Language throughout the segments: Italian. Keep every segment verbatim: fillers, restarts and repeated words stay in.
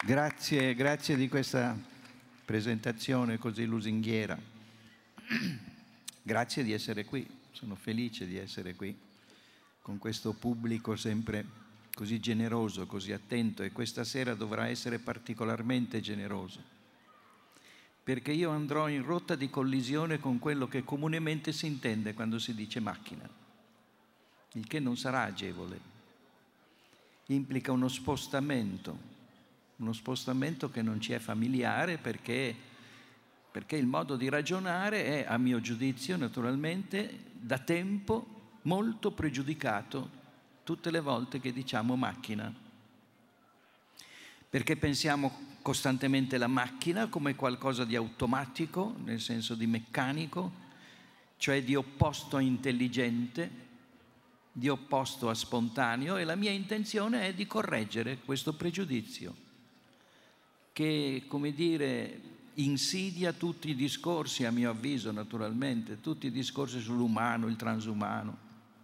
Grazie, grazie di questa presentazione così lusinghiera. Grazie di essere qui, sono felice di essere qui con questo pubblico sempre così generoso, così attento, e questa sera dovrà essere particolarmente generoso, perché io andrò in rotta di collisione con quello che comunemente si intende quando si dice macchina, il che non sarà agevole. Implica uno spostamento, uno spostamento che non ci è familiare perché, perché il modo di ragionare è, a mio giudizio, naturalmente, da tempo molto pregiudicato tutte le volte che diciamo macchina. Perché pensiamo costantemente la macchina come qualcosa di automatico, nel senso di meccanico, cioè di opposto a intelligente, di opposto a spontaneo, e la mia intenzione è di correggere questo pregiudizio che, come dire, insidia tutti i discorsi, a mio avviso naturalmente, tutti i discorsi sull'umano, il transumano.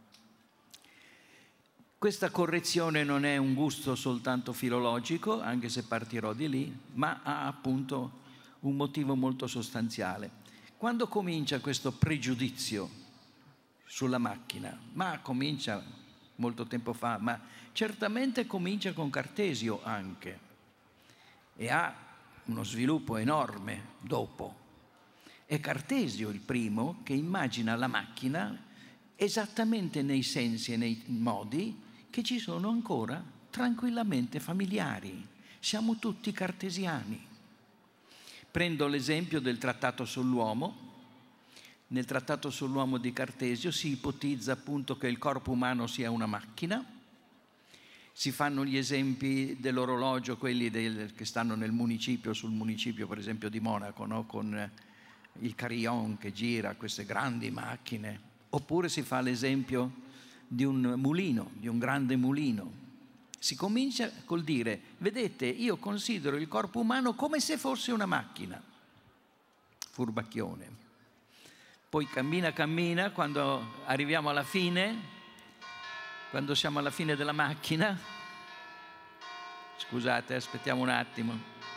Questa correzione non è un gusto soltanto filologico, anche se partirò di lì, ma ha appunto un motivo molto sostanziale. Quando comincia questo pregiudizio sulla macchina? Ma comincia molto tempo fa, ma certamente comincia con Cartesio anche, e ha uno sviluppo enorme dopo. È Cartesio il primo che immagina la macchina esattamente nei sensi e nei modi che ci sono ancora tranquillamente familiari. Siamo tutti cartesiani. Prendo l'esempio del Trattato sull'uomo. Nel Trattato sull'uomo di Cartesio si ipotizza appunto che il corpo umano sia una macchina. Si fanno gli esempi dell'orologio, quelli del, che stanno nel municipio, sul municipio per esempio di Monaco, no? Con il carillon che gira, queste grandi macchine. Oppure si fa l'esempio di un mulino, di un grande mulino. Si comincia col dire: vedete, io considero il corpo umano come se fosse una macchina. Furbacchione. Poi cammina, cammina, quando arriviamo alla fine, quando siamo alla fine della macchina, scusate, aspettiamo un attimo.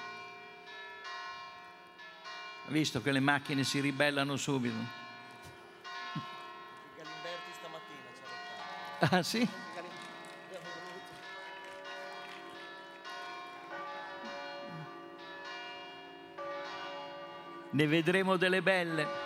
Ha visto che le macchine si ribellano subito? Galimberti stamattina c'è Ah sì? Ne vedremo delle belle.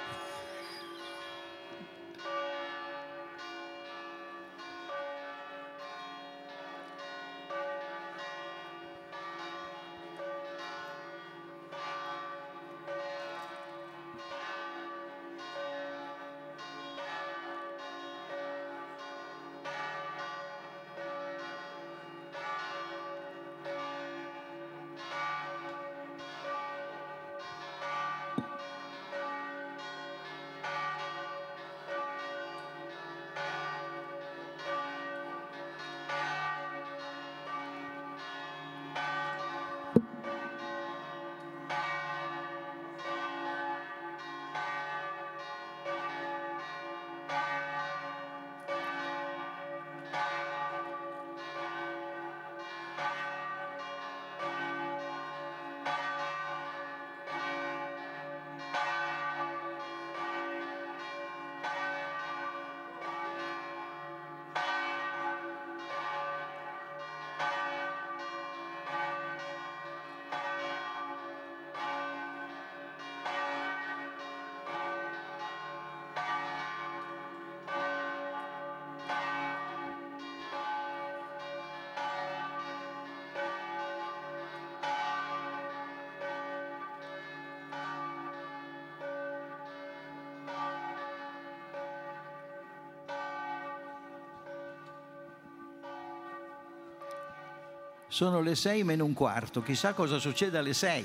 Sono le sei meno un quarto, chissà cosa succede alle sei.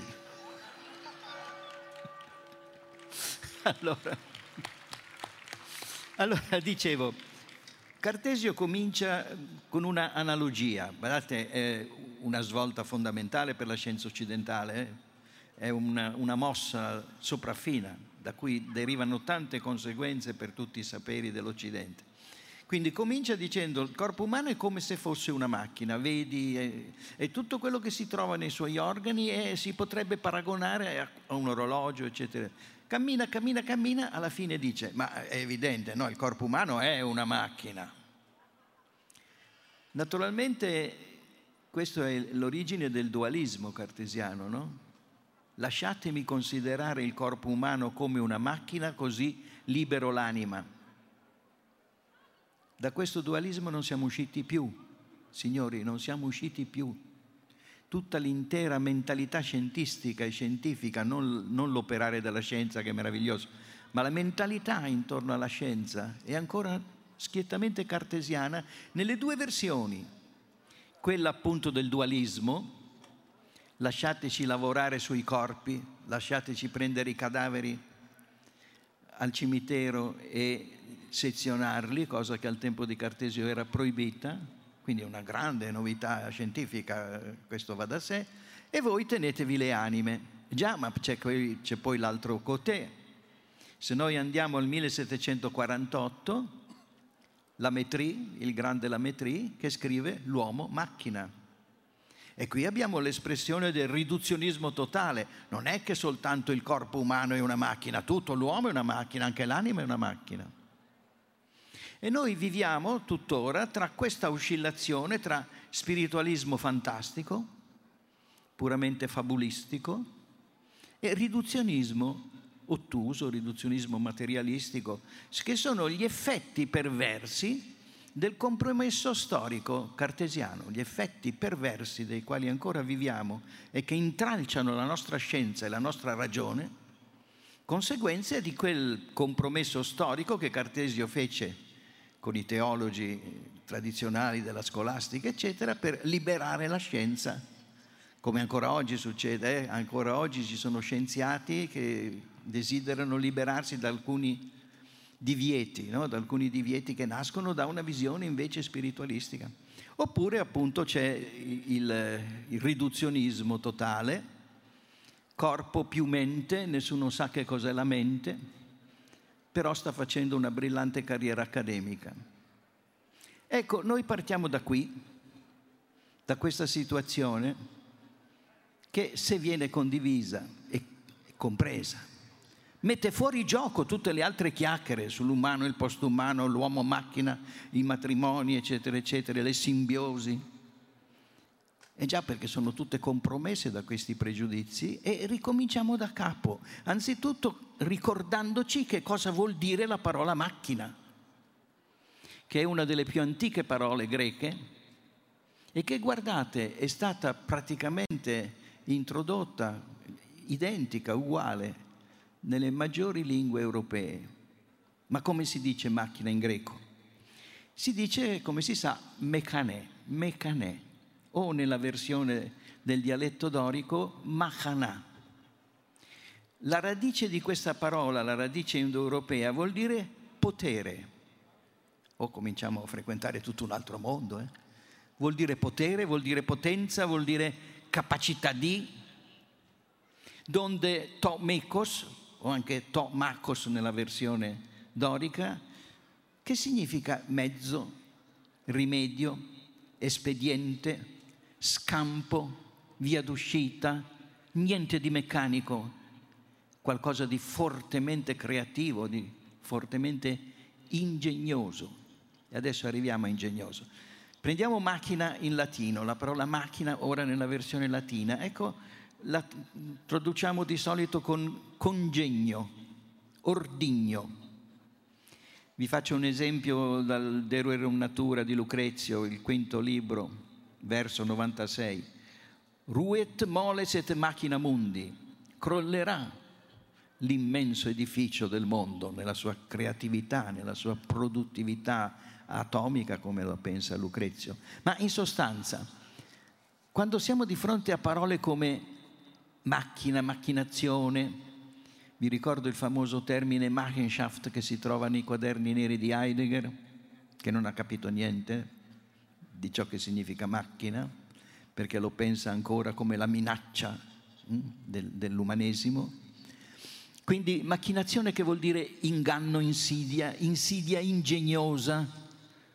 Allora, allora dicevo, Cartesio comincia con una analogia, guardate, è una svolta fondamentale per la scienza occidentale, eh? È una, una mossa sopraffina, da cui derivano tante conseguenze per tutti i saperi dell'Occidente. Quindi comincia dicendo il corpo umano è come se fosse una macchina, vedi, e, e tutto quello che si trova nei suoi organi e si potrebbe paragonare a, a un orologio, eccetera. Cammina, cammina, cammina, alla fine dice, ma è evidente, no, il corpo umano è una macchina. Naturalmente questa è l'origine del dualismo cartesiano, no? Lasciatemi considerare il corpo umano come una macchina, così libero l'anima. Da questo dualismo non siamo usciti più, signori, non siamo usciti più. Tutta l'intera mentalità scientistica e scientifica, non, non l'operare della scienza che è meraviglioso, ma la mentalità intorno alla scienza è ancora schiettamente cartesiana nelle due versioni. Quella appunto del dualismo, lasciateci lavorare sui corpi, lasciateci prendere i cadaveri al cimitero e sezionarli, cosa che al tempo di Cartesio era proibita, quindi è una grande novità scientifica, questo va da sé, e voi tenetevi le anime. Già, ma c'è, c'è poi l'altro cotè. Se noi andiamo al millesettecentoquarantotto, Lamétrie, il grande Lamétrie, che scrive l'uomo macchina. E qui abbiamo l'espressione del riduzionismo totale. Non è che soltanto il corpo umano è una macchina, tutto l'uomo è una macchina, anche l'anima è una macchina. E noi viviamo tuttora tra questa oscillazione tra spiritualismo fantastico, puramente fabulistico, e riduzionismo ottuso, riduzionismo materialistico, che sono gli effetti perversi del compromesso storico cartesiano, gli effetti perversi dei quali ancora viviamo e che intralciano la nostra scienza e la nostra ragione, conseguenze di quel compromesso storico che Cartesio fece con i teologi tradizionali della scolastica, eccetera, per liberare la scienza, come ancora oggi succede. Eh? Ancora oggi ci sono scienziati che desiderano liberarsi da alcuni divieti, no? da alcuni divieti che nascono da una visione invece spiritualistica. Oppure appunto c'è il, il riduzionismo totale, corpo più mente, nessuno sa che cos'è la mente, però sta facendo una brillante carriera accademica. Ecco, noi partiamo da qui, da questa situazione che, se viene condivisa e compresa, mette fuori gioco tutte le altre chiacchiere sull'umano, il postumano, l'uomo macchina, i matrimoni, eccetera, eccetera, le simbiosi. E già perché sono tutte compromesse da questi pregiudizi, e ricominciamo da capo, anzitutto ricordandoci che cosa vuol dire la parola macchina, che è una delle più antiche parole greche e che, guardate, è stata praticamente introdotta, identica, uguale, nelle maggiori lingue europee. Ma come si dice macchina in greco? Si dice, come si sa, mekanè, mekanè, o nella versione del dialetto dorico, machanà. La radice di questa parola, la radice indoeuropea, vuol dire potere. O cominciamo a frequentare tutto un altro mondo. Eh? Vuol dire potere, vuol dire potenza, vuol dire capacità di. Donde to mekos, o anche to makos nella versione dorica, che significa mezzo, rimedio, espediente, scampo, via d'uscita, niente di meccanico, qualcosa di fortemente creativo, di fortemente ingegnoso. E adesso arriviamo a ingegnoso. Prendiamo macchina in latino, la parola macchina ora nella versione latina, ecco, la traduciamo di solito con congegno, ordigno. Vi faccio un esempio dal De Rerum Natura di Lucrezio, il quinto libro, verso novantasei. Ruet moles et machina mundi, crollerà l'immenso edificio del mondo nella sua creatività, nella sua produttività atomica, come lo pensa Lucrezio. Ma in sostanza, quando siamo di fronte a parole come macchina, macchinazione, vi ricordo il famoso termine Machenschaft che si trova nei quaderni neri di Heidegger, che non ha capito niente di ciò che significa macchina, perché lo pensa ancora come la minaccia hm, del, dell'umanesimo. Quindi macchinazione, che vuol dire inganno, insidia, insidia ingegnosa,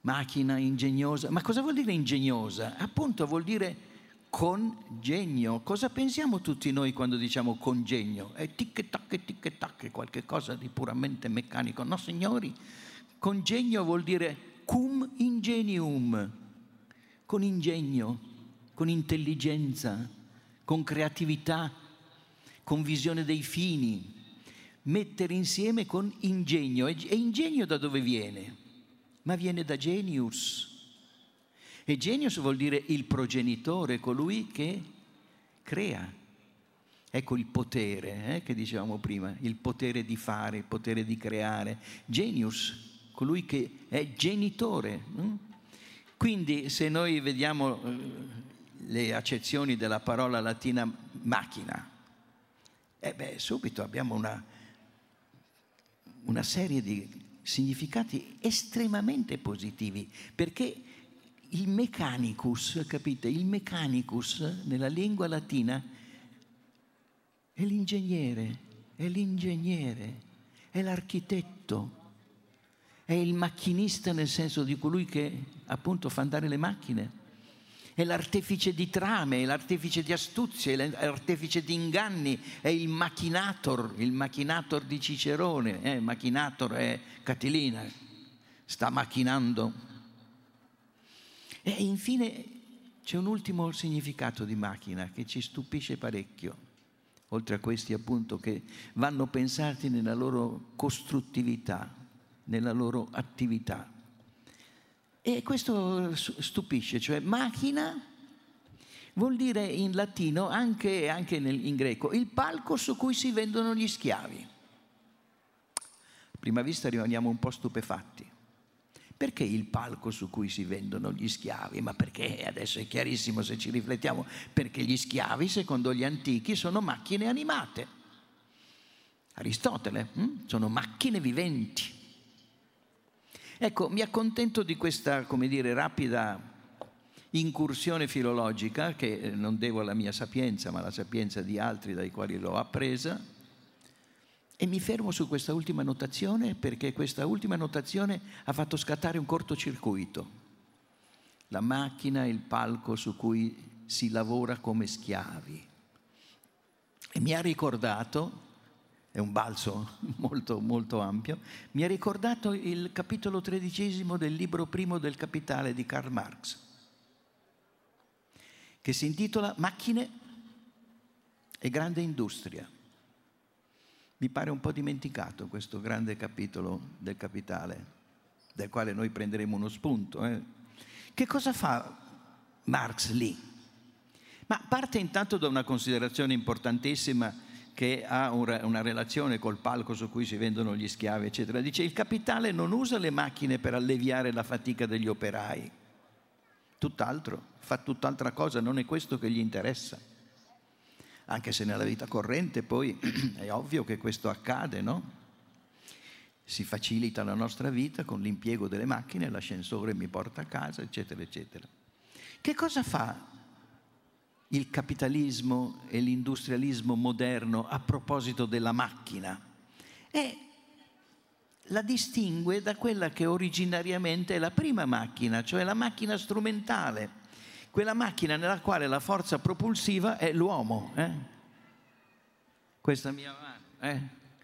macchina ingegnosa. Ma cosa vuol dire ingegnosa? Appunto vuol dire congegno. Cosa pensiamo tutti noi quando diciamo congegno? È tic-tac, tic-tac, qualche cosa di puramente meccanico. No, signori, congegno vuol dire cum ingenium, con ingegno, con intelligenza, con creatività, con visione dei fini. Mettere insieme con ingegno. E ingegno da dove viene? Ma viene da genius. E genius vuol dire il progenitore, colui che crea. Ecco il potere, eh, che dicevamo prima, il potere di fare, il potere di creare. Genius, colui che è genitore. Hm? Quindi se noi vediamo eh, le accezioni della parola latina macchina, eh beh, subito abbiamo una, una serie di significati estremamente positivi, perché il mechanicus, capite? Il mechanicus nella lingua latina è l'ingegnere, è l'ingegnere, è l'architetto, è il macchinista nel senso di colui che appunto fa andare le macchine, è l'artefice di trame, è l'artefice di astuzie, è l'artefice di inganni, è il macchinator, il macchinator di Cicerone, eh? Macchinator è Catilina, sta macchinando. E infine c'è un ultimo significato di macchina che ci stupisce parecchio, oltre a questi appunto che vanno pensati nella loro costruttività, nella loro attività. E questo stupisce, cioè macchina vuol dire in latino, anche, anche nel, in greco, il palco su cui si vendono gli schiavi. A prima vista rimaniamo un po' stupefatti. Perché il palco su cui si vendono gli schiavi? Ma perché, adesso è chiarissimo se ci riflettiamo, perché gli schiavi, secondo gli antichi, sono macchine animate. Aristotele, hm? Sono macchine viventi. Ecco, mi accontento di questa, come dire, rapida incursione filologica, che non devo alla mia sapienza, ma alla sapienza di altri dai quali l'ho appresa, e mi fermo su questa ultima notazione perché questa ultima notazione ha fatto scattare un cortocircuito. La macchina è il palco su cui si lavora come schiavi. E mi ha ricordato, è un balzo molto, molto ampio, mi ha ricordato il capitolo tredicesimo del libro primo del Capitale di Karl Marx, che si intitola Macchine e grande industria. Mi pare un po' dimenticato questo grande capitolo del Capitale, del quale noi prenderemo uno spunto. Eh? Che cosa fa Marx lì? Ma parte intanto da una considerazione importantissima che ha una relazione col palco su cui si vendono gli schiavi, eccetera. Dice: il capitale non usa le macchine per alleviare la fatica degli operai, tutt'altro, fa tutt'altra cosa, non è questo che gli interessa. Anche se nella vita corrente poi è ovvio che questo accade, no? Si facilita la nostra vita con l'impiego delle macchine, l'ascensore mi porta a casa, eccetera, eccetera. Che cosa fa il capitalismo e l'industrialismo moderno a proposito della macchina? E la distingue da quella che originariamente è la prima macchina, cioè la macchina strumentale. Quella macchina nella quale la forza propulsiva è l'uomo. Eh? Questa mia mano, eh?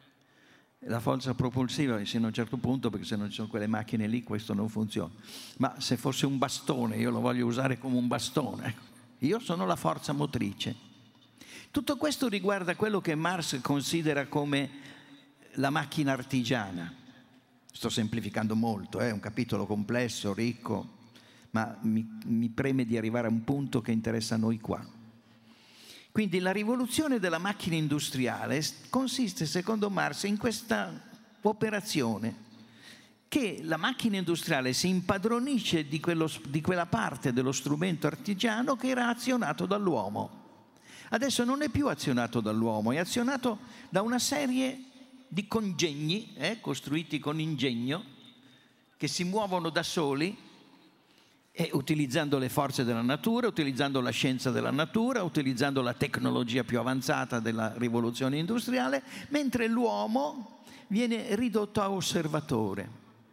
La forza propulsiva, sino a un certo punto, perché se non ci sono quelle macchine lì, questo non funziona. Ma se fosse un bastone, io lo voglio usare come un bastone. Io sono la forza motrice. Tutto questo riguarda quello che Marx considera come la macchina artigiana. Sto semplificando molto, è eh? un capitolo complesso, ricco, ma mi, mi preme di arrivare a un punto che interessa a noi qua. Quindi la rivoluzione della macchina industriale consiste, secondo Marx, in questa operazione, che la macchina industriale si impadronisce di, quello, di quella parte dello strumento artigiano che era azionato dall'uomo. Adesso non è più azionato dall'uomo, è azionato da una serie di congegni eh, costruiti con ingegno, che si muovono da soli, e utilizzando le forze della natura, utilizzando la scienza della natura, utilizzando la tecnologia più avanzata della rivoluzione industriale, mentre l'uomo viene ridotto a osservatore.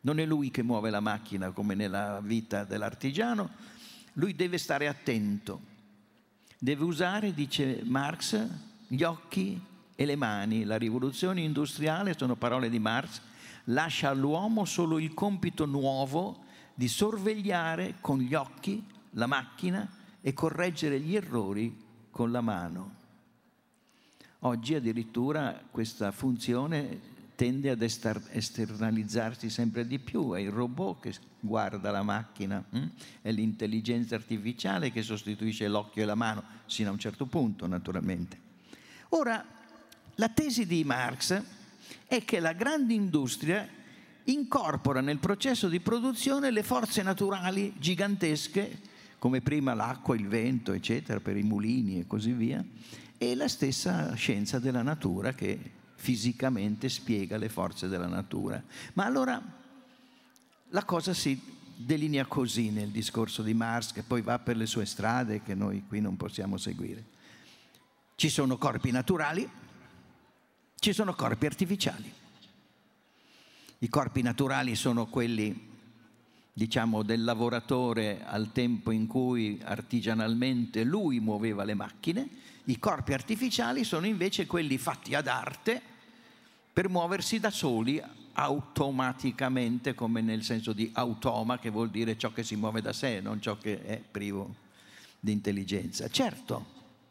Non è lui che muove la macchina come nella vita dell'artigiano, lui deve stare attento, deve usare, dice Marx, gli occhi e le mani. La rivoluzione industriale, sono parole di Marx, lascia all'uomo solo il compito nuovo di sorvegliare con gli occhi la macchina e correggere gli errori con la mano. Oggi addirittura questa funzione tende ad esternalizzarsi sempre di più. È il robot che guarda la macchina, hm? È l'intelligenza artificiale che sostituisce l'occhio e la mano, sino a un certo punto naturalmente. Ora, la tesi di Marx è che la grande industria incorpora nel processo di produzione le forze naturali gigantesche, come prima l'acqua, il vento, eccetera, per i mulini e così via, e la stessa scienza della natura che fisicamente spiega le forze della natura. Ma allora la cosa si delinea così nel discorso di Marx, che poi va per le sue strade che noi qui non possiamo seguire. Ci sono corpi naturali, ci sono corpi artificiali. I corpi naturali sono quelli, diciamo, del lavoratore al tempo in cui artigianalmente lui muoveva le macchine. I corpi artificiali sono invece quelli fatti ad arte per muoversi da soli automaticamente, come nel senso di automa, che vuol dire ciò che si muove da sé, non ciò che è privo di intelligenza. Certo,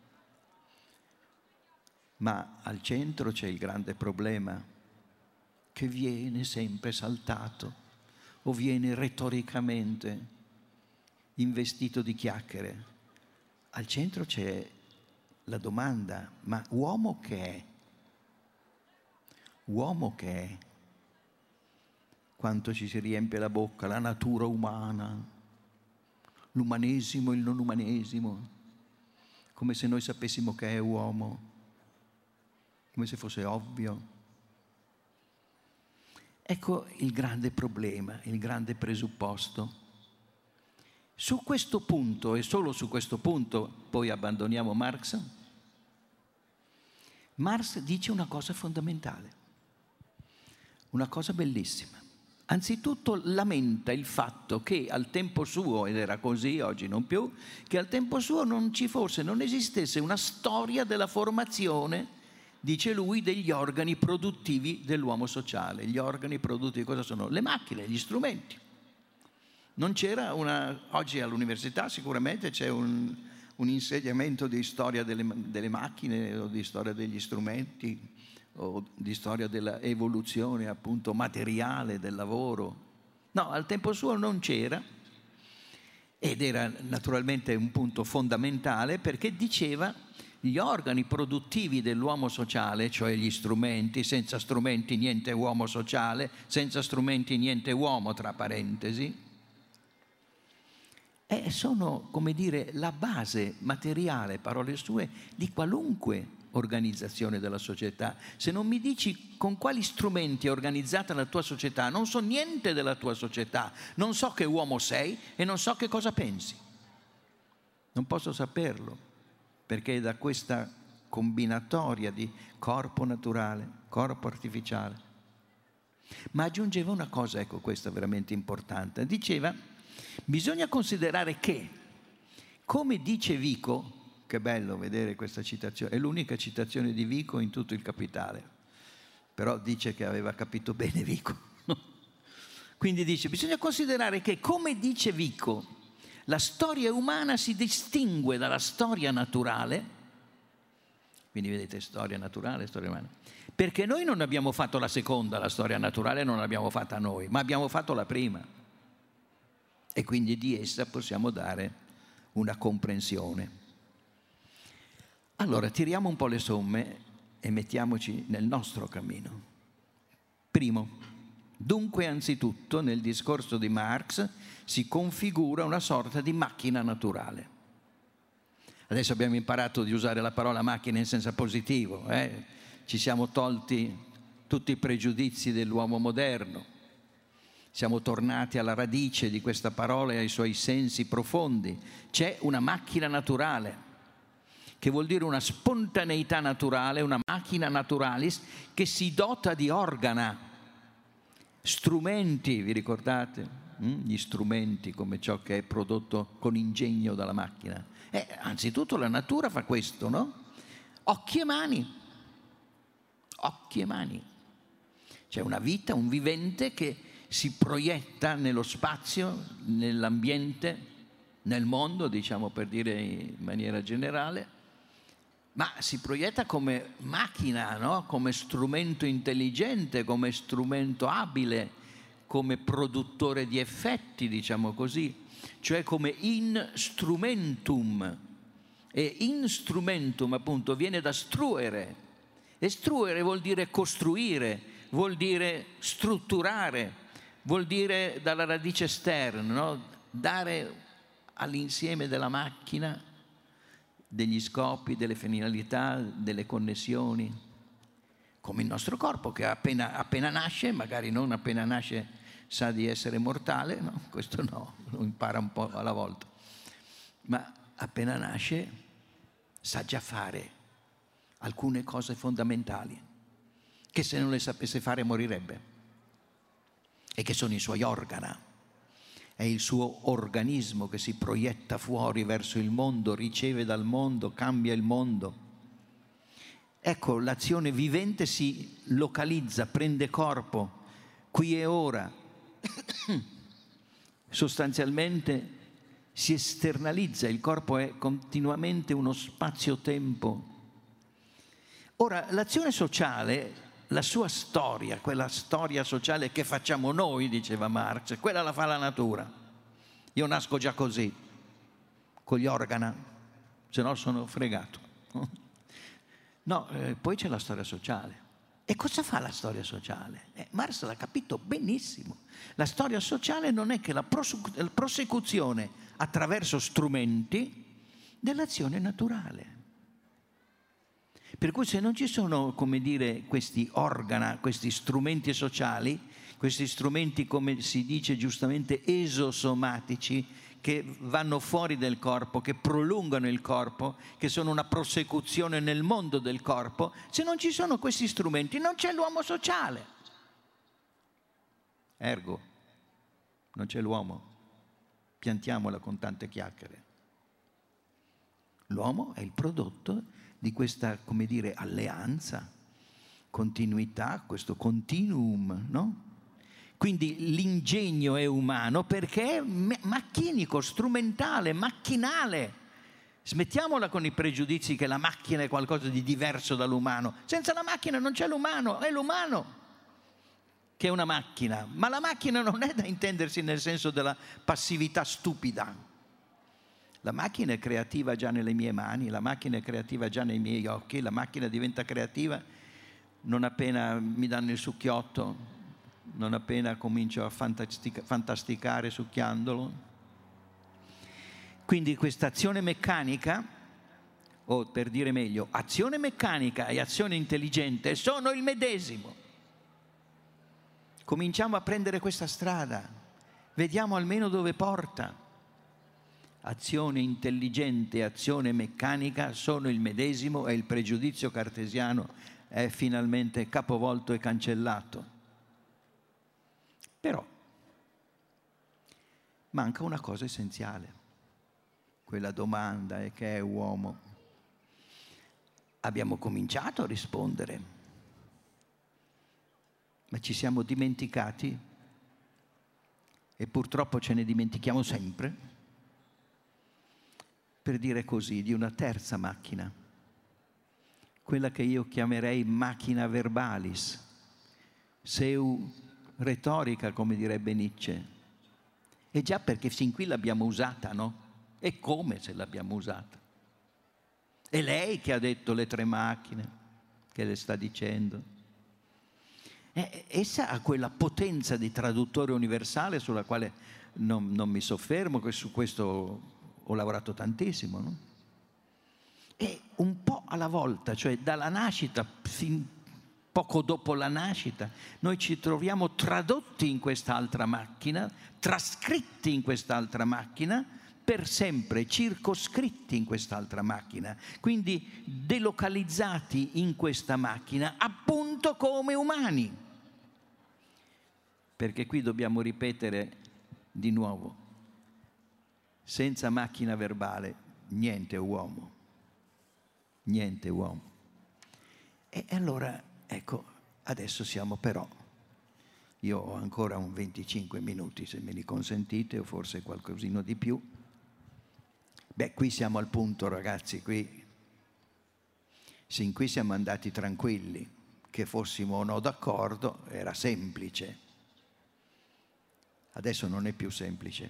ma al centro c'è il grande problema che viene sempre saltato o viene retoricamente investito di chiacchiere. Al centro c'è la domanda: ma uomo che è? Uomo che è? Quanto ci si riempie la bocca, la natura umana, l'umanesimo, il non umanesimo, come se noi sapessimo che è uomo, come se fosse ovvio. Ecco il grande problema, il grande presupposto. Su questo punto, e solo su questo punto, poi abbandoniamo Marx, Marx dice una cosa fondamentale, una cosa bellissima. Anzitutto lamenta il fatto che al tempo suo, ed era così, oggi non più, che al tempo suo non ci fosse, non esistesse una storia della formazione, dice lui, degli organi produttivi dell'uomo sociale. Gli organi produttivi cosa sono? Le macchine, gli strumenti. Non c'era una... Oggi all'università sicuramente c'è un, un insegnamento di storia delle, delle macchine o di storia degli strumenti o di storia dell'evoluzione appunto materiale del lavoro. No, al tempo suo non c'era, ed era naturalmente un punto fondamentale, perché diceva gli organi produttivi dell'uomo sociale, cioè gli strumenti, senza strumenti niente uomo sociale, senza strumenti niente uomo, tra parentesi, e sono, come dire, la base materiale, parole sue, di qualunque organizzazione della società. Se non mi dici con quali strumenti è organizzata la tua società, non so niente della tua società, non so che uomo sei e non so che cosa pensi. Non posso saperlo, perché è da questa combinatoria di corpo naturale, corpo artificiale. Ma aggiungeva una cosa, ecco, questa veramente importante. Diceva: bisogna considerare che, come dice Vico, che bello vedere questa citazione, è l'unica citazione di Vico in tutto il Capitale, però dice che aveva capito bene Vico. Quindi dice, bisogna considerare che, come dice Vico, la storia umana si distingue dalla storia naturale, quindi vedete, storia naturale, storia umana, perché noi non abbiamo fatto la seconda, la storia naturale non l'abbiamo fatta noi, ma abbiamo fatto la prima. E quindi di essa possiamo dare una comprensione. Allora, tiriamo un po' le somme e mettiamoci nel nostro cammino. Primo, dunque anzitutto nel discorso di Marx si configura una sorta di macchina naturale. Adesso abbiamo imparato di usare la parola macchina in senso positivo, eh? Ci siamo tolti tutti i pregiudizi dell'uomo moderno. Siamo tornati alla radice di questa parola e ai suoi sensi profondi. C'è una macchina naturale, che vuol dire una spontaneità naturale, una macchina naturalis che si dota di organa. strumenti, vi ricordate? Mm? Gli strumenti come ciò che è prodotto con ingegno dalla macchina. Eh, anzitutto la natura fa questo, no? Occhi e mani. Occhi e mani. C'è una vita, un vivente che si proietta nello spazio, nell'ambiente, nel mondo, diciamo per dire in maniera generale, ma si proietta come macchina, no? Come strumento intelligente, come strumento abile, come produttore di effetti, diciamo così, cioè come instrumentum. E instrumentum appunto viene da struere. Estruere vuol dire costruire, vuol dire strutturare, vuol dire dalla radice esterna, no? Dare all'insieme della macchina degli scopi, delle finalità, delle connessioni, come il nostro corpo che appena, appena nasce, magari non appena nasce sa di essere mortale, no? Questo no, lo impara un po' alla volta, ma appena nasce sa già fare alcune cose fondamentali che se non le sapesse fare morirebbe, e che sono i suoi organi. È il suo organismo che si proietta fuori verso il mondo, riceve dal mondo, cambia il mondo. Ecco, l'azione vivente si localizza, prende corpo, qui e ora. Sostanzialmente si esternalizza, il corpo è continuamente uno spazio-tempo. Ora, l'azione sociale, la sua storia, quella storia sociale che facciamo noi, diceva Marx, quella la fa la natura. Io nasco già così, con gli organi, se no sono fregato. No, eh, poi c'è la storia sociale. E cosa fa la storia sociale? Eh, Marx l'ha capito benissimo. La storia sociale non è che la prosecuzione attraverso strumenti dell'azione naturale. Per cui se non ci sono, come dire, questi organi, questi strumenti sociali, questi strumenti, come si dice giustamente, esosomatici, che vanno fuori del corpo, che prolungano il corpo, che sono una prosecuzione nel mondo del corpo, se non ci sono questi strumenti non c'è l'uomo sociale. Ergo, non c'è l'uomo. Piantiamola con tante chiacchiere. L'uomo è il prodotto di questa, come dire, alleanza, continuità, questo continuum, no? Quindi l'ingegno è umano perché è macchinico, strumentale, macchinale. Smettiamola con i pregiudizi che la macchina è qualcosa di diverso dall'umano. Senza la macchina non c'è l'umano, è l'umano che è una macchina. Ma la macchina non è da intendersi nel senso della passività stupida. La macchina è creativa già nelle mie mani, la macchina è creativa già nei miei occhi, la macchina diventa creativa non appena mi danno il succhiotto, non appena comincio a fantastica, fantasticare succhiandolo. Quindi questa azione meccanica, o per dire meglio, azione meccanica e azione intelligente sono il medesimo. Cominciamo a prendere questa strada, vediamo almeno dove porta. Azione intelligente e azione meccanica sono il medesimo e il pregiudizio cartesiano è finalmente capovolto e cancellato. Però manca una cosa essenziale, quella domanda è: che è uomo? Abbiamo cominciato a rispondere, ma ci siamo dimenticati, e purtroppo ce ne dimentichiamo sempre, per dire così, di una terza macchina, quella che io chiamerei macchina verbalis, seu retorica, come direbbe Nietzsche. E già perché fin qui l'abbiamo usata, no? E come se l'abbiamo usata? È lei che ha detto le tre macchine, che le sta dicendo. E essa ha quella potenza di traduttore universale sulla quale non, non mi soffermo, che su questo ho lavorato tantissimo, no? E un po' alla volta, cioè dalla nascita fin poco dopo la nascita, noi ci troviamo tradotti in quest'altra macchina, trascritti in quest'altra macchina, per sempre circoscritti in quest'altra macchina, quindi delocalizzati in questa macchina, appunto come umani. perché qui dobbiamo ripetere di nuovo, senza macchina verbale, niente uomo, niente uomo. E allora, ecco, adesso siamo però, io ho ancora un venticinque minuti, se me li consentite, o forse qualcosina di più. Beh, qui siamo al punto, ragazzi, qui, sin qui siamo andati tranquilli, che fossimo o no d'accordo, era semplice. Adesso non è più semplice.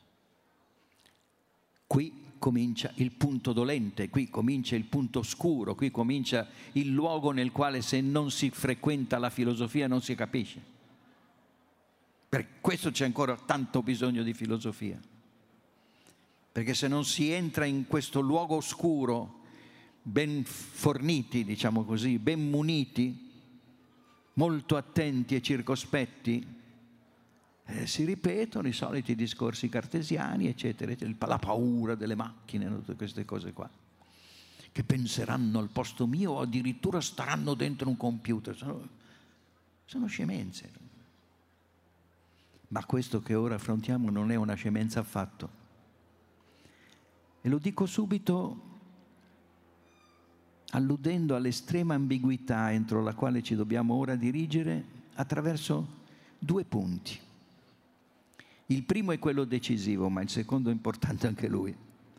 Qui comincia il punto dolente, qui comincia il punto oscuro, qui comincia il luogo nel quale se non si frequenta la filosofia non si capisce. Per questo c'è ancora tanto bisogno di filosofia. Perché se non si entra in questo luogo oscuro, ben forniti, diciamo così, ben muniti, molto attenti e circospetti, eh, si ripetono i soliti discorsi cartesiani, eccetera, eccetera, la paura delle macchine, tutte queste cose qua, che penseranno al posto mio o addirittura staranno dentro un computer. Sono, sono scemenze. Ma questo che ora affrontiamo non è una scemenza affatto. E lo dico subito alludendo all'estrema ambiguità entro la quale ci dobbiamo ora dirigere attraverso due punti. Il primo è quello decisivo, ma il secondo è importante anche lui.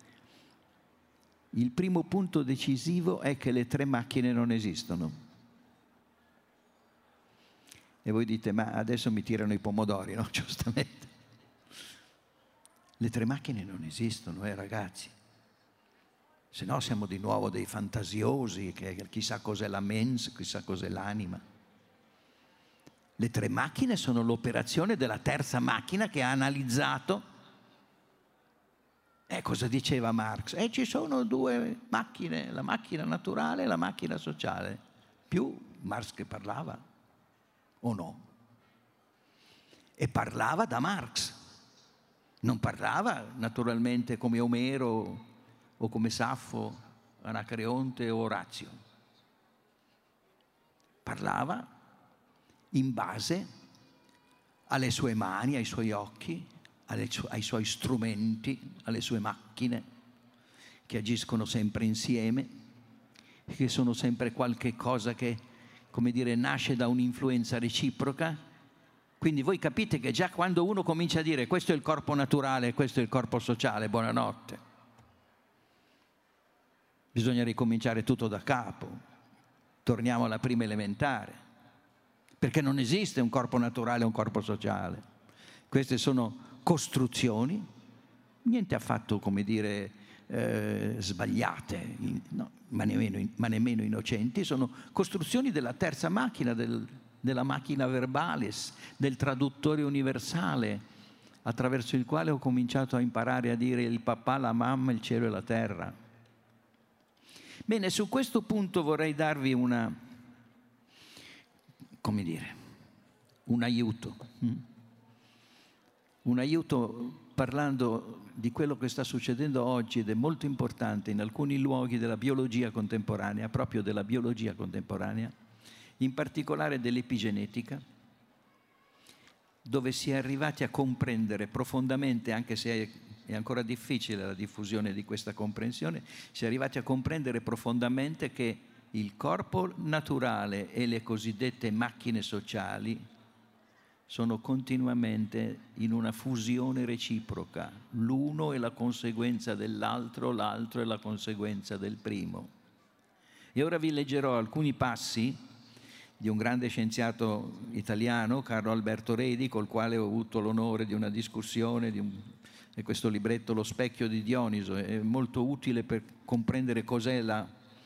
Il primo punto decisivo è che le tre macchine non esistono. E voi dite, ma adesso mi tirano i pomodori, no? Giustamente. Le tre macchine non esistono, eh ragazzi. Se no siamo di nuovo dei fantasiosi, che chissà cos'è la mens, chissà cos'è l'anima. Le tre macchine sono l'operazione della terza macchina che ha analizzato. E cosa diceva Marx? Eh, ci sono due macchine, la macchina naturale e la macchina sociale. Più Marx che parlava, o no? E parlava da Marx. Non parlava naturalmente come Omero o come Saffo, Anacreonte o Orazio. Parlava in base alle sue mani, ai suoi occhi, alle su- ai suoi strumenti, alle sue macchine che agiscono sempre insieme, che sono sempre qualche cosa che, come dire, nasce da un'influenza reciproca. Quindi voi capite che già quando uno comincia a dire questo è il corpo naturale e questo è il corpo sociale, buonanotte. Bisogna ricominciare tutto da capo. Torniamo alla prima elementare. Perché non esiste un corpo naturale e un corpo sociale. Queste sono costruzioni, niente affatto, come dire, eh, sbagliate, no, ma, nemmeno, ma nemmeno innocenti, sono costruzioni della terza macchina, del della macchina verbalis, del traduttore universale, attraverso il quale ho cominciato a imparare a dire il papà, la mamma, il cielo e la terra. Bene, su questo punto vorrei darvi una, come dire, un aiuto. Un aiuto parlando di quello che sta succedendo oggi ed è molto importante in alcuni luoghi della biologia contemporanea, proprio della biologia contemporanea, in particolare dell'epigenetica, dove si è arrivati a comprendere profondamente, anche se è ancora difficile la diffusione di questa comprensione, si è arrivati a comprendere profondamente che il corpo naturale e le cosiddette macchine sociali sono continuamente in una fusione reciproca. L'uno è la conseguenza dell'altro, l'altro è la conseguenza del primo. E ora vi leggerò alcuni passi di un grande scienziato italiano, Carlo Alberto Redi, col quale ho avuto l'onore di una discussione, di, un, di questo libretto Lo specchio di Dioniso. È molto utile per comprendere cos'è la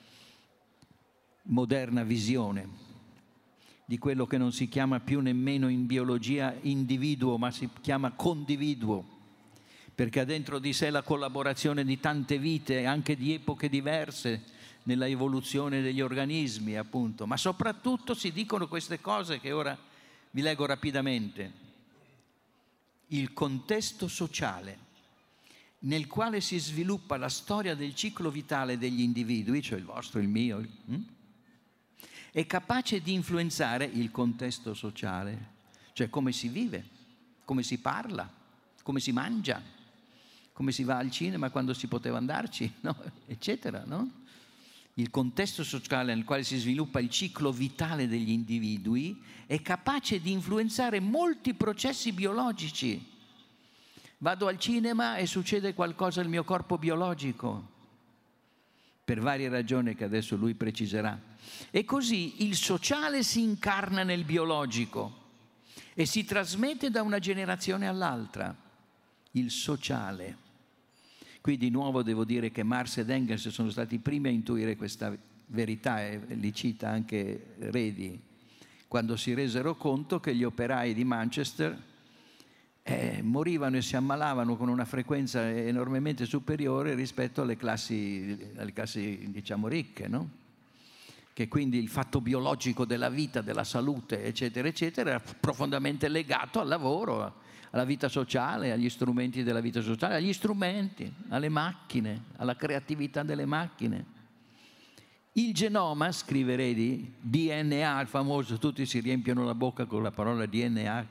moderna visione di quello che non si chiama più nemmeno in biologia individuo, ma si chiama condividuo, perché ha dentro di sé la collaborazione di tante vite, anche di epoche diverse, nella evoluzione degli organismi, appunto. Ma soprattutto si dicono queste cose che ora vi leggo rapidamente. Il contesto sociale nel quale si sviluppa la storia del ciclo vitale degli individui, cioè il vostro, il mio, hm? è capace di influenzare il contesto sociale, cioè come si vive, come si parla, come si mangia, come si va al cinema quando si poteva andarci, no? Eccetera, no? Il contesto sociale nel quale si sviluppa il ciclo vitale degli individui è capace di influenzare molti processi biologici. Vado al cinema e succede qualcosa al mio corpo biologico, per varie ragioni che adesso lui preciserà. E così il sociale si incarna nel biologico e si trasmette da una generazione all'altra. Il sociale. Qui di nuovo devo dire che Marx ed Engels sono stati i primi a intuire questa verità, e li cita anche Redi, quando si resero conto che gli operai di Manchester eh, morivano e si ammalavano con una frequenza enormemente superiore rispetto alle classi, alle classi diciamo ricche, no? Che quindi il fatto biologico della vita, della salute, eccetera, eccetera, era profondamente legato al lavoro, alla vita sociale, agli strumenti della vita sociale, agli strumenti, alle macchine, alla creatività delle macchine. Il genoma, scrive Redi, D N A, il famoso, tutti si riempiono la bocca con la parola D N A.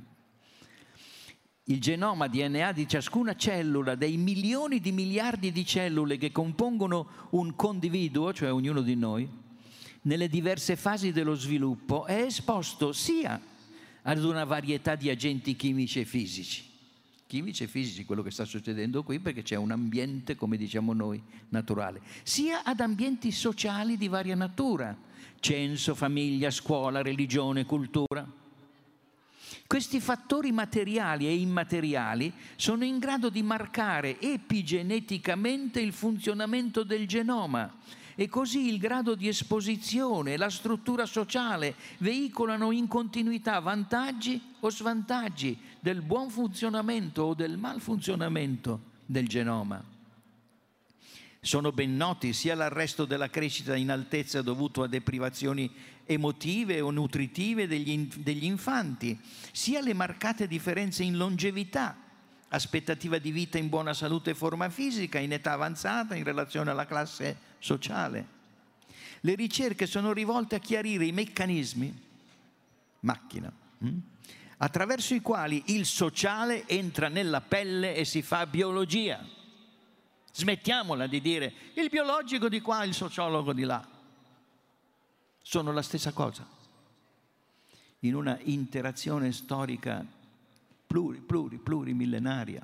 Il genoma D N A di ciascuna cellula, dei milioni di miliardi di cellule che compongono un condividuo, cioè ognuno di noi, nelle diverse fasi dello sviluppo, è esposto sia ad una varietà di agenti chimici e fisici. Chimici e fisici, quello che sta succedendo qui, perché c'è un ambiente, come diciamo noi, naturale, sia ad ambienti sociali di varia natura, censo, famiglia, scuola, religione, cultura. Questi fattori materiali e immateriali sono in grado di marcare epigeneticamente il funzionamento del genoma, e così il grado di esposizione e la struttura sociale veicolano in continuità vantaggi o svantaggi del buon funzionamento o del malfunzionamento del genoma. Sono ben noti sia l'arresto della crescita in altezza dovuto a deprivazioni emotive o nutritive degli, degli infanti, sia le marcate differenze in longevità, aspettativa di vita in buona salute e forma fisica in età avanzata in relazione alla classe sociale. Le ricerche sono rivolte a chiarire i meccanismi, macchina, hm? attraverso i quali il sociale entra nella pelle e si fa biologia. Smettiamola di dire il biologico di qua, il sociologo di là. Sono la stessa cosa. In una interazione storica pluri, pluri, plurimillenaria.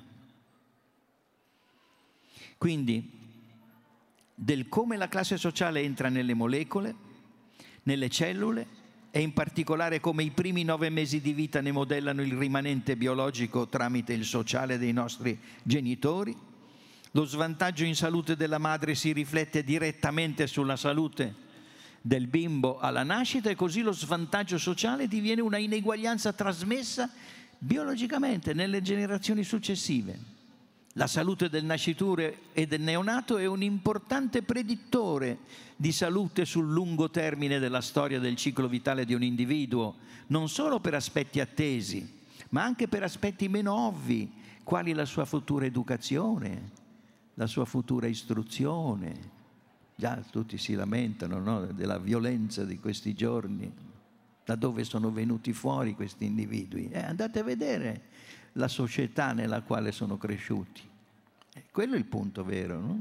Quindi, del come la classe sociale entra nelle molecole, nelle cellule, e in particolare come i primi nove mesi di vita ne modellano il rimanente biologico tramite il sociale dei nostri genitori. Lo svantaggio in salute della madre si riflette direttamente sulla salute del bimbo alla nascita, e così lo svantaggio sociale diviene una ineguaglianza trasmessa biologicamente nelle generazioni successive. La salute del nascituro e del neonato è un importante predittore di salute sul lungo termine della storia del ciclo vitale di un individuo, non solo per aspetti attesi, ma anche per aspetti meno ovvi, quali la sua futura educazione, la sua futura istruzione. Già tutti si lamentano, no, della violenza di questi giorni, da dove sono venuti fuori questi individui. Eh, andate a vedere la società nella quale sono cresciuti. Eh, quello è il punto vero, no?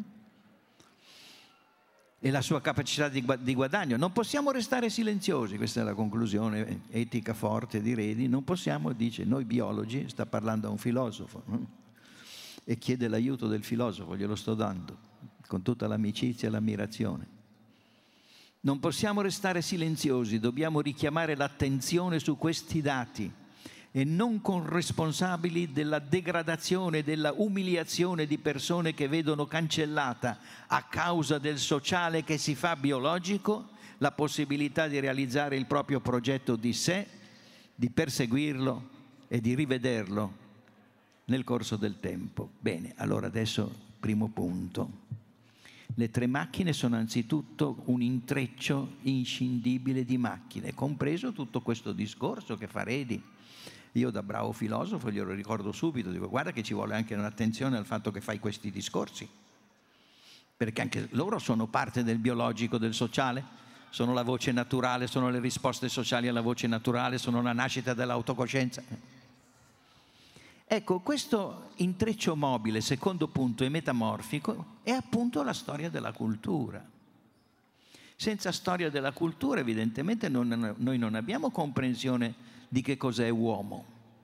E la sua capacità di, di guadagno. Non possiamo restare silenziosi, questa è la conclusione etica forte di Redi, non possiamo, dice, noi biologi, sta parlando a un filosofo, no? E chiede l'aiuto del filosofo, glielo sto dando, con tutta l'amicizia e l'ammirazione. Non possiamo restare silenziosi, dobbiamo richiamare l'attenzione su questi dati e non corresponsabili della degradazione e della umiliazione di persone che vedono cancellata, a causa del sociale che si fa biologico, la possibilità di realizzare il proprio progetto di sé, di perseguirlo e di rivederlo nel corso del tempo. Bene, allora adesso primo punto. Le tre macchine sono anzitutto un intreccio inscindibile di macchine, compreso tutto questo discorso che fa Redi. Io da bravo filosofo glielo ricordo subito, dico guarda che ci vuole anche un'attenzione al fatto che fai questi discorsi, perché anche loro sono parte del biologico, del sociale. sono la voce naturale, sono le risposte sociali alla voce naturale, sono la nascita dell'autocoscienza. Ecco, questo intreccio mobile, secondo punto, e metamorfico, è appunto la storia della cultura. Senza storia della cultura, evidentemente, non, noi non abbiamo comprensione di che cos'è uomo,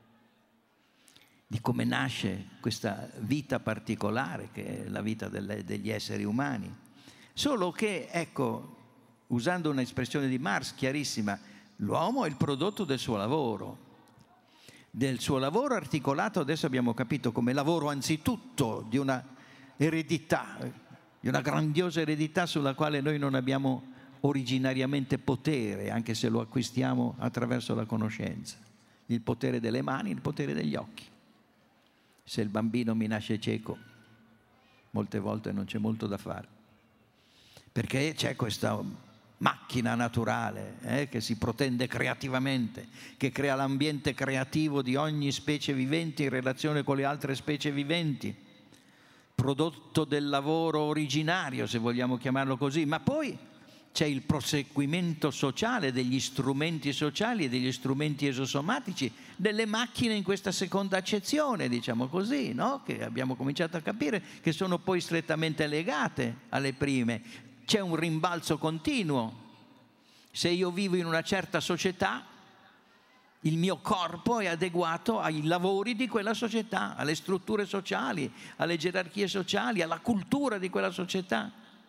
di come nasce questa vita particolare che è la vita delle, degli esseri umani. Solo che, ecco, usando un'espressione di Marx chiarissima, l'uomo è il prodotto del suo lavoro, del suo lavoro articolato, adesso abbiamo capito, come lavoro anzitutto di una eredità, di una grandiosa eredità sulla quale noi non abbiamo originariamente potere, anche se lo acquistiamo attraverso la conoscenza. Il potere delle mani, il potere degli occhi. Se il bambino mi nasce cieco, molte volte non c'è molto da fare, perché c'è questa macchina naturale eh, che si protende creativamente, che crea l'ambiente creativo di ogni specie vivente in relazione con le altre specie viventi, prodotto del lavoro originario, se vogliamo chiamarlo così, ma poi c'è il proseguimento sociale degli strumenti sociali e degli strumenti esosomatici, delle macchine in questa seconda accezione, diciamo così, no? Che abbiamo cominciato a capire che sono poi strettamente legate alle prime. C'è un rimbalzo continuo. Se io vivo in una certa società, il mio corpo è adeguato ai lavori di quella società, alle strutture sociali, alle gerarchie sociali, alla cultura di quella società.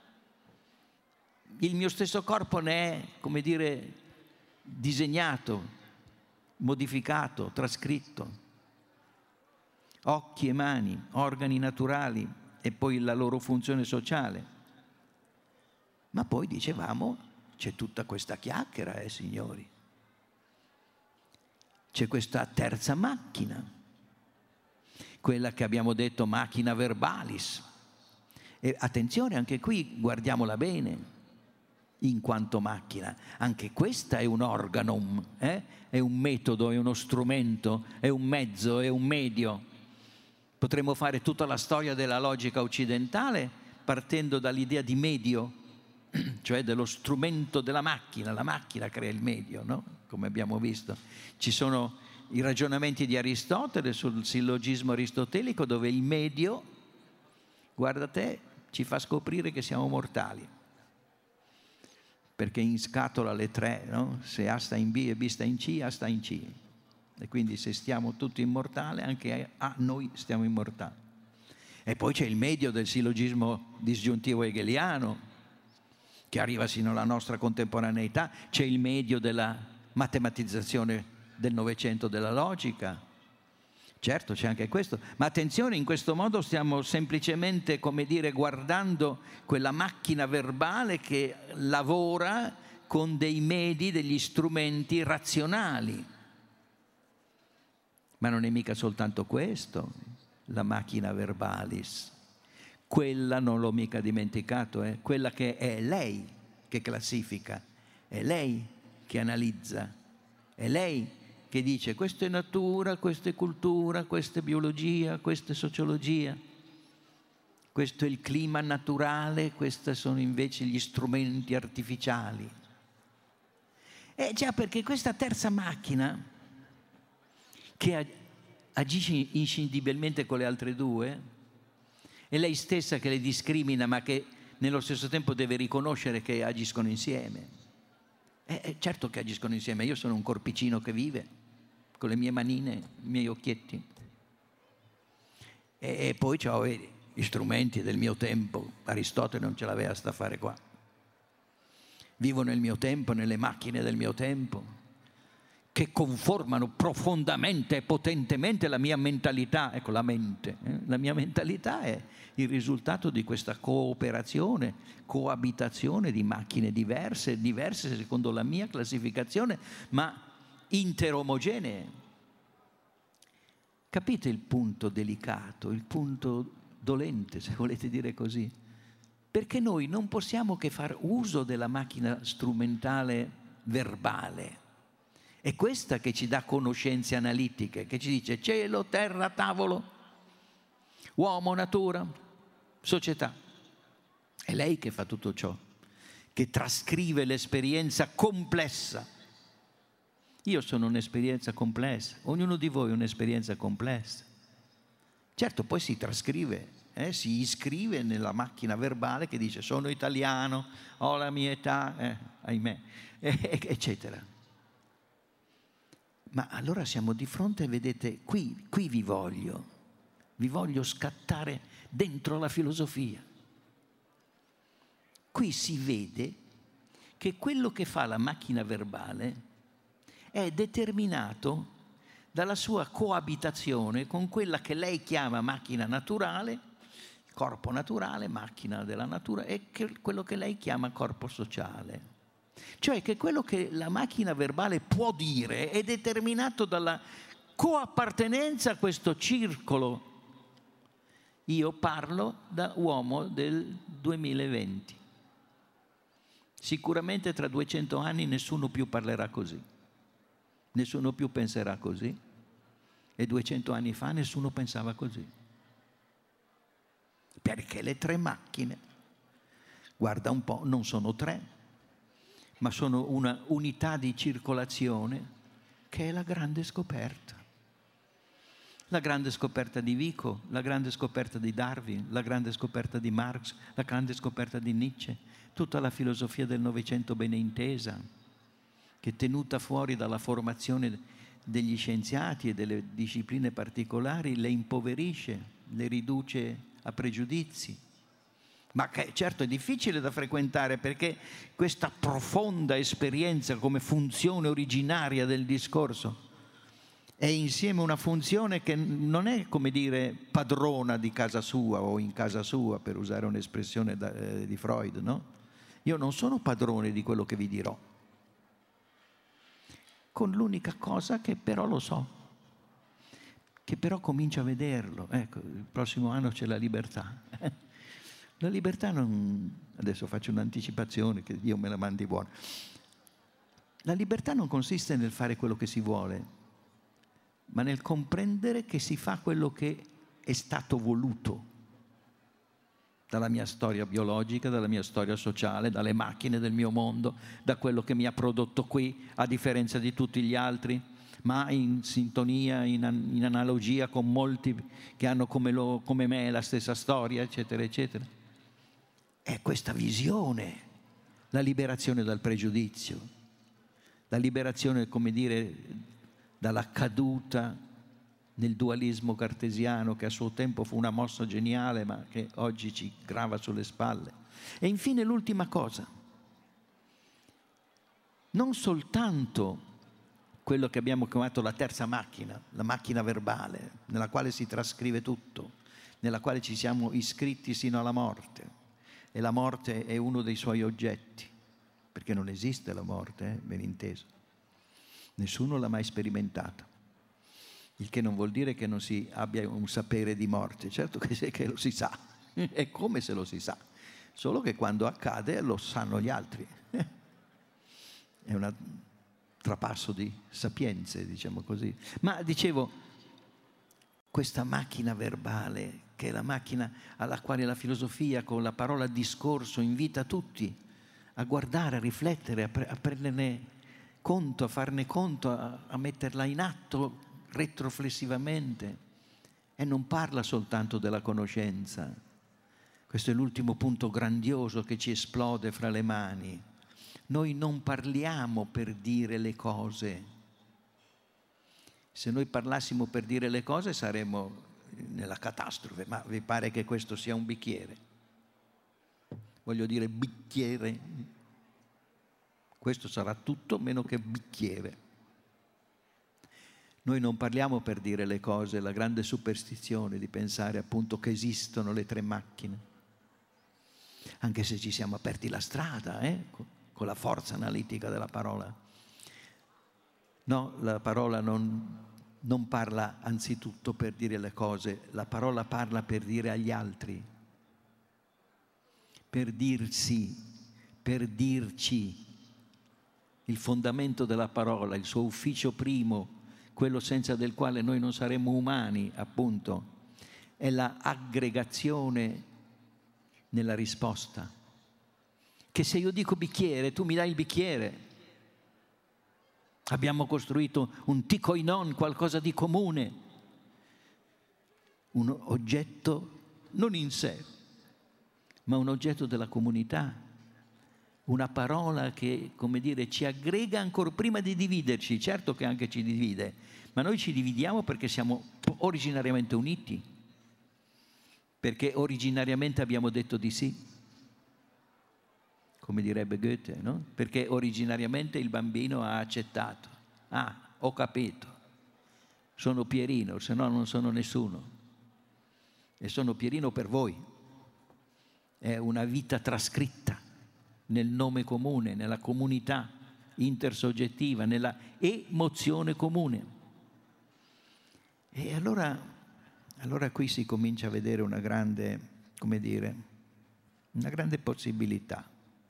Il mio stesso corpo ne è, come dire, disegnato, modificato, trascritto. Occhi e mani, organi naturali e poi la loro funzione sociale. Ma poi, dicevamo, c'è tutta questa chiacchiera, eh, signori. C'è questa terza macchina, quella che abbiamo detto macchina verbalis. E attenzione, anche qui guardiamola bene, in quanto macchina. Anche questa è un organum, eh? È un metodo, è uno strumento, è un mezzo, è un medio. Potremmo fare tutta la storia della logica occidentale partendo dall'idea di medio, cioè dello strumento della macchina. La macchina crea il medio, no? Come abbiamo visto. Ci sono i ragionamenti di Aristotele sul sillogismo aristotelico, dove il medio, guarda te, ci fa scoprire che siamo mortali. Perché in scatola le tre, no? Se A sta in B e B sta in C, A sta in C. E quindi se stiamo tutti immortali, anche A noi stiamo immortali. E poi c'è il medio del sillogismo disgiuntivo hegeliano, che arriva sino alla nostra contemporaneità. C'è il medio della matematizzazione del Novecento della logica. Certo, c'è anche questo. Ma attenzione, in questo modo stiamo semplicemente, come dire, guardando quella macchina verbale che lavora con dei medi, degli strumenti razionali. Ma non è mica soltanto questo, la macchina verbalis. Quella, non l'ho mica dimenticato, è quella che è lei che classifica, è lei che analizza, è lei che dice questo è natura, questo è cultura, questa è biologia, questa è sociologia, questo è il clima naturale, questi sono invece gli strumenti artificiali. Eh già, perché questa terza macchina, che agisce inscindibilmente con le altre due, è lei stessa che le discrimina, ma che nello stesso tempo deve riconoscere che agiscono insieme. Eh, certo che agiscono insieme. Io sono un corpicino che vive con le mie manine, i miei occhietti. E, e poi ho gli strumenti del mio tempo. Aristotele non ce l'aveva sta fare qua. Vivo nel mio tempo, nelle macchine del mio tempo, che conformano profondamente e potentemente la mia mentalità. Ecco, la mente. Eh? La mia mentalità è il risultato di questa cooperazione, coabitazione di macchine diverse, diverse secondo la mia classificazione, ma interomogenee. Capite il punto delicato, il punto dolente, se volete dire così? Perché noi non possiamo che far uso della macchina strumentale verbale. È questa che ci dà conoscenze analitiche, che ci dice cielo, terra, tavolo, uomo, natura, società. È lei che fa tutto ciò, che trascrive l'esperienza complessa. Io sono un'esperienza complessa, ognuno di voi è un'esperienza complessa. Certo, poi si trascrive, eh, si iscrive nella macchina verbale che dice sono italiano, ho la mia età, eh, ahimè, eh, eccetera. Ma allora siamo di fronte, vedete, qui, qui vi voglio, vi voglio scattare dentro la filosofia. Qui si vede che quello che fa la macchina verbale è determinato dalla sua coabitazione con quella che lei chiama macchina naturale, corpo naturale, macchina della natura, e che, quello che lei chiama corpo sociale. Cioè che quello che la macchina verbale può dire è determinato dalla coappartenenza a questo circolo. Io parlo da uomo del duemilaventi. Sicuramente tra duecento anni nessuno più parlerà così, nessuno più penserà così, e duecento anni fa nessuno pensava così. Perché le tre macchine, guarda un po', non sono tre, ma sono una unità di circolazione che è la grande scoperta. La grande scoperta di Vico, la grande scoperta di Darwin, la grande scoperta di Marx, la grande scoperta di Nietzsche, tutta la filosofia del Novecento bene intesa, che tenuta fuori dalla formazione degli scienziati e delle discipline particolari le impoverisce, le riduce a pregiudizi. Ma che certo è difficile da frequentare, perché questa profonda esperienza come funzione originaria del discorso è insieme una funzione che non è, come dire, padrona di casa sua o in casa sua, per usare un'espressione da, eh, di Freud, no? Io non sono padrone di quello che vi dirò, con l'unica cosa che però lo so, che però comincio a vederlo. Ecco, il prossimo anno c'è la libertà. La libertà non... Adesso faccio un'anticipazione, che Dio me la mandi buona. La libertà non consiste nel fare quello che si vuole, ma nel comprendere che si fa quello che è stato voluto dalla mia storia biologica, dalla mia storia sociale, dalle macchine del mio mondo, da quello che mi ha prodotto qui, a differenza di tutti gli altri, ma in sintonia, in, in analogia con molti che hanno come, lo, come me la stessa storia, eccetera, eccetera. È questa visione, la liberazione dal pregiudizio, la liberazione, come dire, dalla caduta nel dualismo cartesiano, che a suo tempo fu una mossa geniale, ma che oggi ci grava sulle spalle. E infine l'ultima cosa, non soltanto quello che abbiamo chiamato la terza macchina, la macchina verbale, nella quale si trascrive tutto, nella quale ci siamo iscritti sino alla morte, e la morte è uno dei suoi oggetti, perché non esiste la morte, eh, ben inteso. Nessuno l'ha mai sperimentata, il che non vuol dire che non si abbia un sapere di morte. Certo che, che lo si sa, è come se lo si sa, solo che quando accade lo sanno gli altri. È un trapasso di sapienze, diciamo così. Ma dicevo, questa macchina verbale, che è la macchina alla quale la filosofia con la parola discorso invita tutti a guardare, a riflettere, a, pre- a prenderne conto, a farne conto, a, a metterla in atto retroflessivamente, e non parla soltanto della conoscenza. Questo è l'ultimo punto grandioso che ci esplode fra le mani. Noi non parliamo per dire le cose. Se noi parlassimo per dire le cose saremmo nella catastrofe. Ma vi pare che questo sia un bicchiere? Voglio dire bicchiere. Questo sarà tutto meno che bicchiere. Noi non parliamo per dire le cose, la grande superstizione di pensare appunto che esistono le tre macchine, anche se ci siamo aperti la strada, eh, con la forza analitica della parola. No, la parola non, non parla anzitutto per dire le cose, la parola parla per dire agli altri, per dirsi, per dirci. Il fondamento della parola, il suo ufficio primo, quello senza del quale noi non saremmo umani, appunto, è la aggregazione nella risposta. che se io dico bicchiere, tu mi dai il bicchiere. Abbiamo costruito un tikoinon, qualcosa di comune, un oggetto non in sé, ma un oggetto della comunità, una parola che, come dire, ci aggrega ancora prima di dividerci. Certo che anche ci divide, ma noi ci dividiamo perché siamo originariamente uniti, perché originariamente abbiamo detto di sì, come direbbe Goethe, no? Perché originariamente il bambino ha accettato. Ah, ho capito, sono Pierino, se no non sono nessuno, e sono Pierino per voi. È una vita trascritta nel nome comune, nella comunità intersoggettiva, nella emozione comune. E allora, allora qui si comincia a vedere una grande, come dire, una grande possibilità,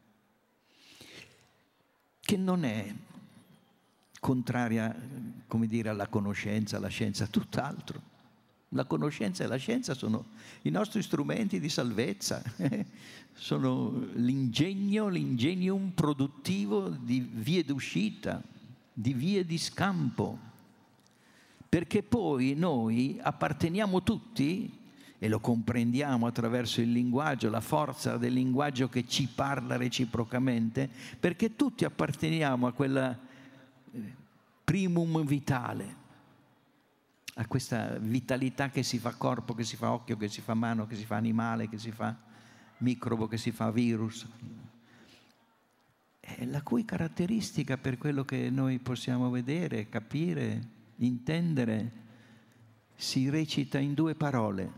che non è contraria, come dire, alla conoscenza, alla scienza, tutt'altro. La conoscenza e la scienza sono i nostri strumenti di salvezza, sono l'ingegno, l'ingenium produttivo di vie d'uscita, di vie di scampo, perché poi noi apparteniamo tutti, e lo comprendiamo attraverso il linguaggio, la forza del linguaggio che ci parla reciprocamente, perché tutti apparteniamo a quella primum vitale, a questa vitalità che si fa corpo, che si fa occhio, che si fa mano, che si fa animale, che si fa microbo, che si fa virus, e la cui caratteristica, per quello che noi possiamo vedere, capire, intendere, si recita in due parole.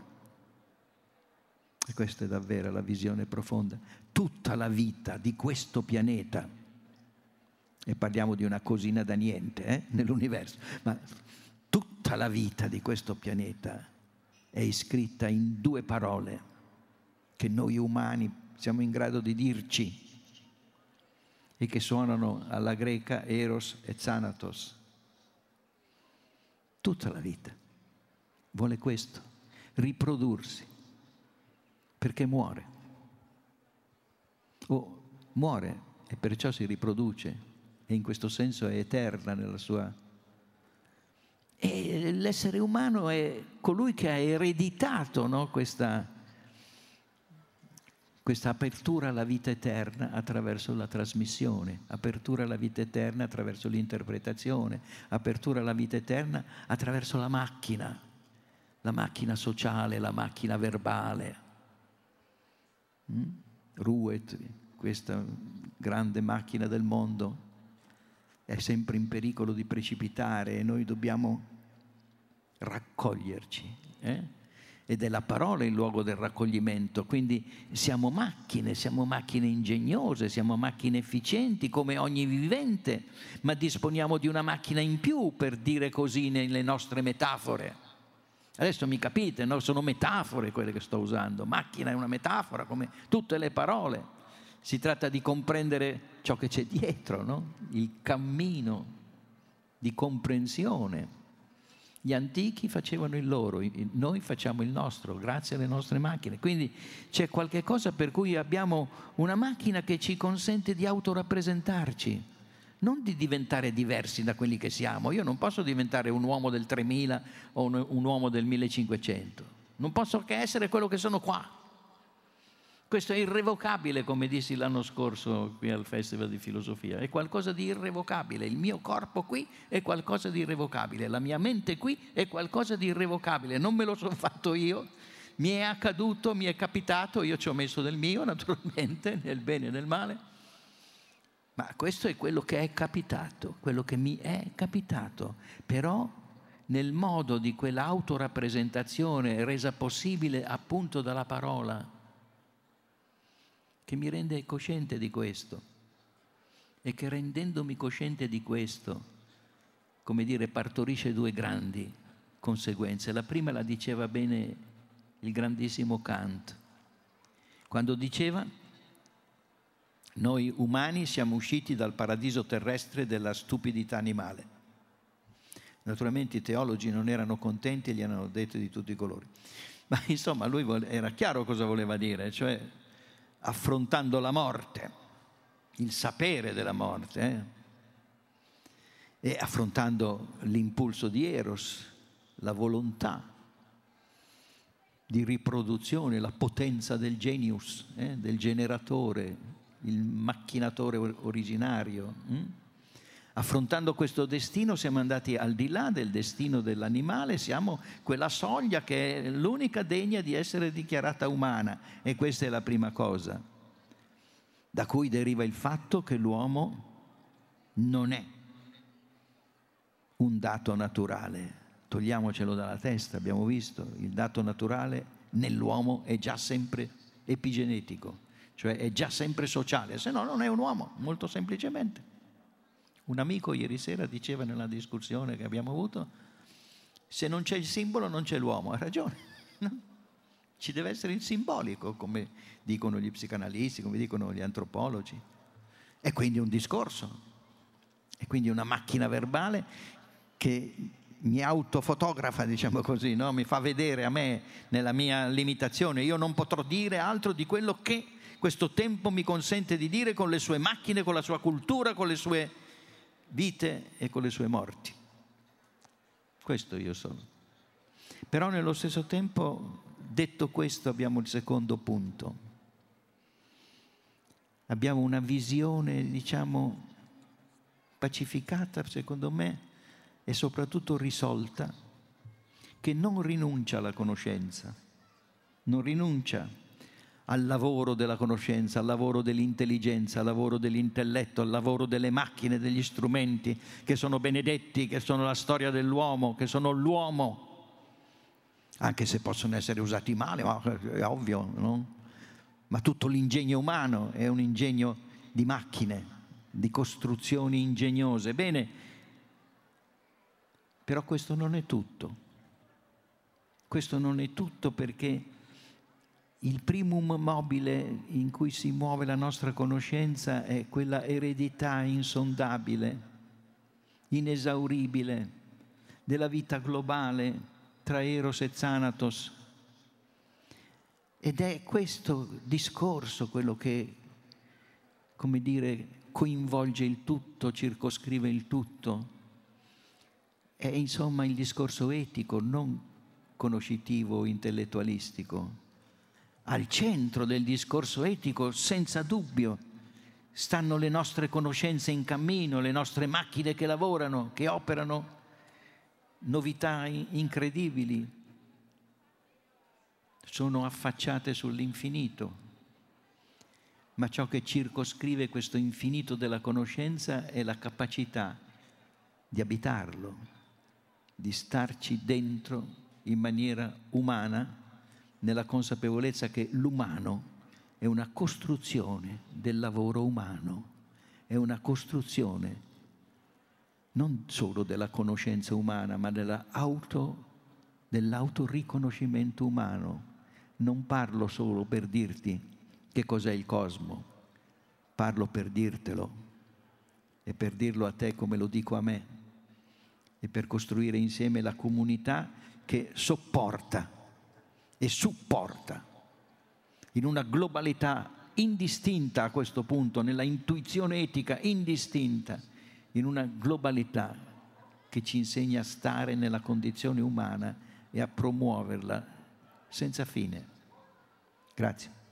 E questa è davvero la visione profonda. Tutta la vita di questo pianeta, e parliamo di una cosina da niente eh, nell'universo, ma tutta la vita di questo pianeta è iscritta in due parole che noi umani siamo in grado di dirci e che suonano alla greca eros e thanatos. Tutta la vita vuole questo, riprodursi, perché muore. O muore e perciò si riproduce, e in questo senso è eterna nella sua. E l'essere umano è colui che ha ereditato, no, questa, questa apertura alla vita eterna attraverso la trasmissione, apertura alla vita eterna attraverso l'interpretazione, apertura alla vita eterna attraverso la macchina, la macchina sociale, la macchina verbale. Mm? Ruet, questa grande macchina del mondo, è sempre in pericolo di precipitare e noi dobbiamo raccoglierci. Eh? Ed è la parola il luogo del raccoglimento, quindi siamo macchine, siamo macchine ingegnose, siamo macchine efficienti come ogni vivente, ma disponiamo di una macchina in più, per dire così, nelle nostre metafore. Adesso mi capite, no? Sono metafore quelle che sto usando. Macchina è una metafora, come tutte le parole. Si tratta di comprendere ciò che c'è dietro, no? Il cammino di comprensione. Gli antichi facevano il loro, noi facciamo il nostro, grazie alle nostre macchine. Quindi c'è qualche cosa per cui abbiamo una macchina che ci consente di autorappresentarci, non di diventare diversi da quelli che siamo. Io non posso diventare un uomo del tremila o un, un uomo del millecinquecento. Non posso che essere quello che sono qua. Questo è irrevocabile, come dissi l'anno scorso qui al Festival di Filosofia. È qualcosa di irrevocabile. Il mio corpo qui è qualcosa di irrevocabile. La mia mente qui è qualcosa di irrevocabile. Non me lo sono fatto io. Mi è accaduto, mi è capitato. Io ci ho messo del mio, naturalmente, nel bene e nel male. Ma questo è quello che è capitato, quello che mi è capitato. Però nel modo di quell'autorappresentazione resa possibile appunto dalla parola, che mi rende cosciente di questo, e che rendendomi cosciente di questo, come dire, partorisce due grandi conseguenze. La prima la diceva bene il grandissimo Kant, quando diceva: noi umani siamo usciti dal paradiso terrestre della stupidità animale. Naturalmente i teologi non erano contenti e gli hanno detto di tutti i colori, ma insomma lui era chiaro cosa voleva dire, cioè affrontando la morte, il sapere della morte, eh? E affrontando l'impulso di Eros, la volontà di riproduzione, la potenza del genius, eh? del generatore, il macchinatore originario. Hm? Affrontando questo destino siamo andati al di là del destino dell'animale, siamo quella soglia che è l'unica degna di essere dichiarata umana, e questa è la prima cosa, da cui deriva il fatto che l'uomo non è un dato naturale. Togliamocelo dalla testa, abbiamo visto, il dato naturale nell'uomo è già sempre epigenetico, cioè è già sempre sociale, se no non è un uomo, molto semplicemente. Un amico ieri sera diceva nella discussione che abbiamo avuto: se non c'è il simbolo non c'è l'uomo. Ha ragione, no? Ci deve essere il simbolico, come dicono gli psicanalisti, come dicono gli antropologi. E quindi un discorso, e quindi una macchina verbale che mi autofotografa, diciamo così, no? Mi fa vedere a me nella mia limitazione. Io non potrò dire altro di quello che questo tempo mi consente di dire, con le sue macchine, con la sua cultura, con le sue vite e con le sue morti. Questo io sono. Però nello stesso tempo, detto questo, abbiamo il secondo punto. Abbiamo una visione, diciamo, pacificata, secondo me, e soprattutto risolta, che non rinuncia alla conoscenza, non rinuncia al lavoro della conoscenza, al lavoro dell'intelligenza, al lavoro dell'intelletto, al lavoro delle macchine, degli strumenti che sono benedetti, che sono la storia dell'uomo, che sono l'uomo, anche se possono essere usati male, ma è ovvio, no? Ma tutto l'ingegno umano è un ingegno di macchine, di costruzioni ingegnose. Bene, però questo non è tutto. Questo non è tutto, perché il primum mobile in cui si muove la nostra conoscenza è quella eredità insondabile, inesauribile, della vita globale tra Eros e Thanatos. Ed è questo discorso quello che, come dire, coinvolge il tutto, circoscrive il tutto. È insomma il discorso etico, non conoscitivo o intellettualistico. Al centro del discorso etico, senza dubbio, stanno le nostre conoscenze in cammino, le nostre macchine che lavorano, che operano novità incredibili, sono affacciate sull'infinito. Ma ciò che circoscrive questo infinito della conoscenza è la capacità di abitarlo, di starci dentro in maniera umana, nella consapevolezza che l'umano è una costruzione del lavoro umano, è una costruzione non solo della conoscenza umana, ma dell'auto, dell'autoriconoscimento umano. Non parlo solo per dirti che cos'è il cosmo, parlo per dirtelo, e per dirlo a te come lo dico a me, e per costruire insieme la comunità che sopporta e supporta in una globalità indistinta a questo punto, nella intuizione etica indistinta, in una globalità che ci insegna a stare nella condizione umana e a promuoverla senza fine. Grazie.